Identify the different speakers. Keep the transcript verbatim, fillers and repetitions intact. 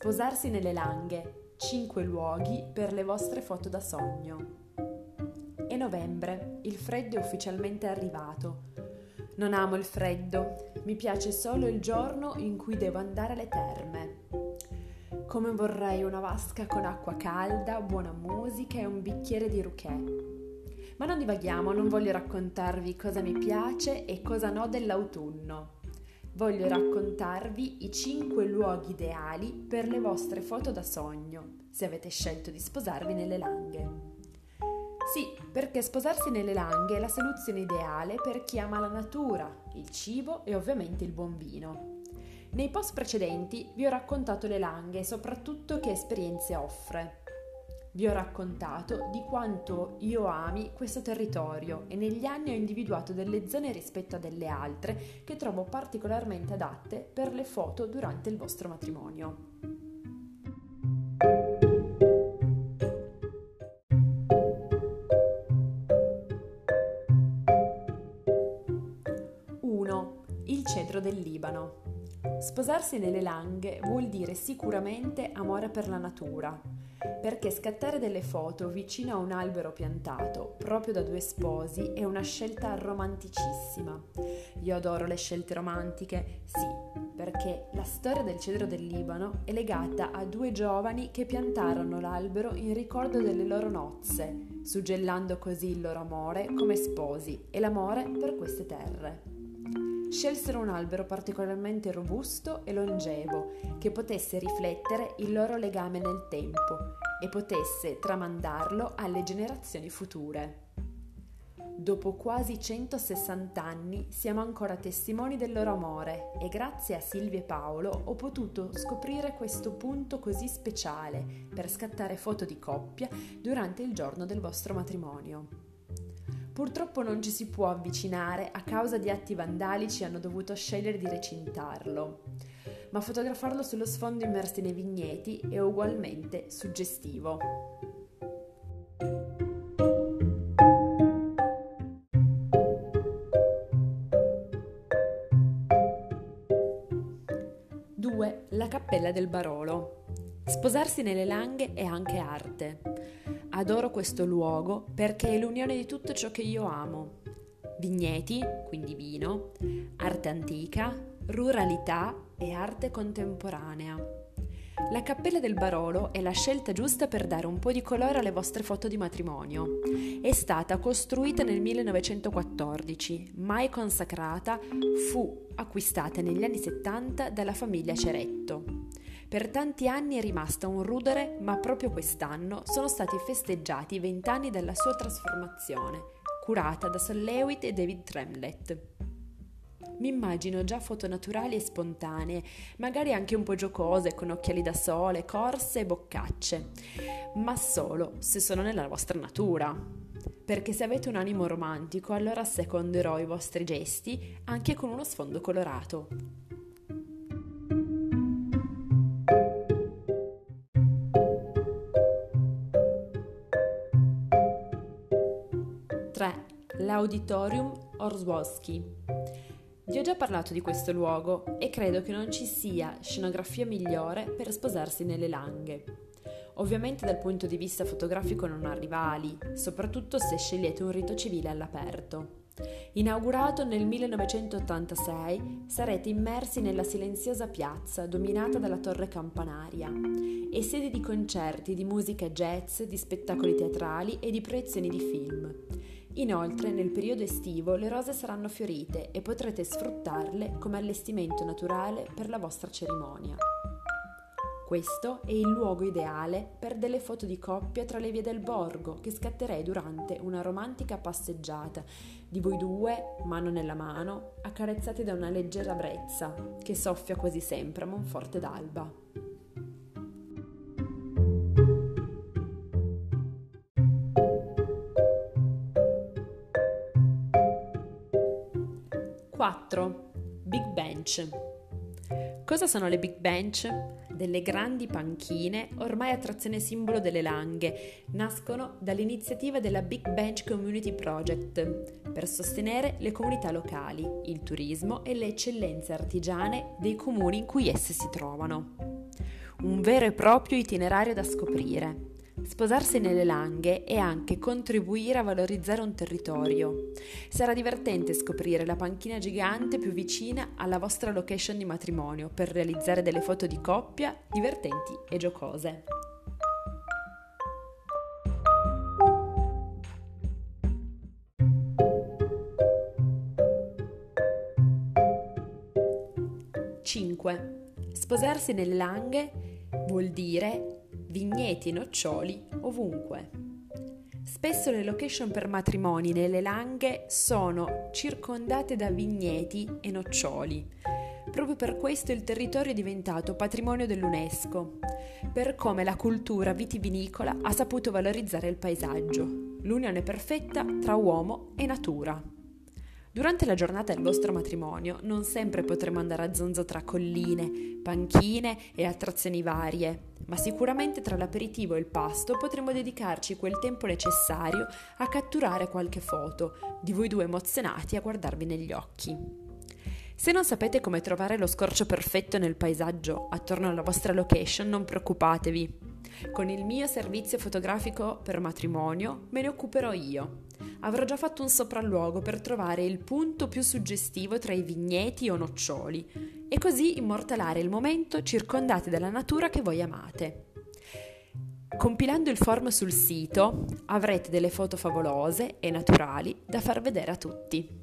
Speaker 1: Sposarsi nelle Langhe, cinque luoghi per le vostre foto da sogno. È novembre, il freddo è ufficialmente arrivato. Non amo il freddo, mi piace solo il giorno in cui devo andare alle terme. Come vorrei una vasca con acqua calda, buona musica e un bicchiere di ruchè. Ma non divaghiamo, non voglio raccontarvi cosa mi piace e cosa no dell'autunno. Voglio raccontarvi i cinque luoghi ideali per le vostre foto da sogno, se avete scelto di sposarvi nelle Langhe. Sì, perché sposarsi nelle Langhe è la soluzione ideale per chi ama la natura, il cibo e ovviamente il buon vino. Nei post precedenti vi ho raccontato le Langhe e soprattutto che esperienze offre. Vi ho raccontato di quanto io ami questo territorio e negli anni ho individuato delle zone rispetto a delle altre che trovo particolarmente adatte per le foto durante il vostro matrimonio. uno. Il cedro del Libano. Sposarsi nelle Langhe vuol dire sicuramente amore per la natura, perché scattare delle foto vicino a un albero piantato, proprio da due sposi, è una scelta romanticissima. Io adoro le scelte romantiche, sì, perché la storia del cedro del Libano è legata a due giovani che piantarono l'albero in ricordo delle loro nozze, suggellando così il loro amore come sposi e l'amore per queste terre. Scelsero un albero particolarmente robusto e longevo, che potesse riflettere il loro legame nel tempo e potesse tramandarlo alle generazioni future. Dopo quasi centosessanta anni siamo ancora testimoni del loro amore e grazie a Silvia e Paolo ho potuto scoprire questo punto così speciale per scattare foto di coppia durante il giorno del vostro matrimonio. Purtroppo non ci si può avvicinare a causa di atti vandalici e hanno dovuto scegliere di recintarlo, ma fotografarlo sullo sfondo immersi nei vigneti è ugualmente suggestivo. due. La Cappella del Barolo. Sposarsi nelle Langhe è anche arte. Adoro questo luogo perché è l'unione di tutto ciò che io amo. Vigneti, quindi vino, arte antica, ruralità e arte contemporanea. La Cappella del Barolo è la scelta giusta per dare un po' di colore alle vostre foto di matrimonio. È stata costruita nel millenovecentoquattordici, mai consacrata, fu acquistata negli anni settanta dalla famiglia Ceretto. Per tanti anni è rimasta un rudere, ma proprio quest'anno sono stati festeggiati i vent'anni dalla sua trasformazione, curata da Sol Lewitt e David Tremlett. Mi immagino già foto naturali e spontanee, magari anche un po' giocose, con occhiali da sole, corse e boccacce, ma solo se sono nella vostra natura. Perché se avete un animo romantico, allora seconderò i vostri gesti anche con uno sfondo colorato. tre. L'Auditorium Orzowski. Vi ho già parlato di questo luogo e credo che non ci sia scenografia migliore per sposarsi nelle Langhe. Ovviamente dal punto di vista fotografico non ha rivali, soprattutto se scegliete un rito civile all'aperto. Inaugurato nel millenovecentottantasei, sarete immersi nella silenziosa piazza dominata dalla torre campanaria e sede di concerti, di musica jazz, di spettacoli teatrali e di proiezioni di film. Inoltre, nel periodo estivo le rose saranno fiorite e potrete sfruttarle come allestimento naturale per la vostra cerimonia. Questo è il luogo ideale per delle foto di coppia tra le vie del borgo che scatterei durante una romantica passeggiata di voi due, mano nella mano, accarezzati da una leggera brezza che soffia quasi sempre a Monforte d'Alba. quattro. Big Bench. Cosa sono le Big Bench? Delle grandi panchine, ormai attrazione simbolo delle Langhe, nascono dall'iniziativa della Big Bench Community Project per sostenere le comunità locali, il turismo e le eccellenze artigiane dei comuni in cui esse si trovano. un vero e proprio itinerario da scoprire. Sposarsi nelle Langhe è anche contribuire a valorizzare un territorio. Sarà divertente scoprire la panchina gigante più vicina alla vostra location di matrimonio per realizzare delle foto di coppia divertenti e giocose. cinque. Sposarsi nelle Langhe vuol dire vigneti e noccioli ovunque. Spesso le location per matrimoni nelle Langhe sono circondate da vigneti e noccioli. Proprio per questo il territorio è diventato patrimonio dell'UNESCO, per come la cultura vitivinicola ha saputo valorizzare il paesaggio, l'unione perfetta tra uomo e natura. Durante la giornata del vostro matrimonio non sempre potremo andare a zonzo tra colline, panchine e attrazioni varie, ma sicuramente tra l'aperitivo e il pasto potremo dedicarci quel tempo necessario a catturare qualche foto di voi due emozionati a guardarvi negli occhi. Se non sapete come trovare lo scorcio perfetto nel paesaggio attorno alla vostra location, non preoccupatevi. Con il mio servizio fotografico per matrimonio me ne occuperò io. Avrò già fatto un sopralluogo per trovare il punto più suggestivo tra i vigneti o noccioli e così immortalare il momento circondati dalla natura che voi amate. Compilando il form sul sito avrete delle foto favolose e naturali da far vedere a tutti.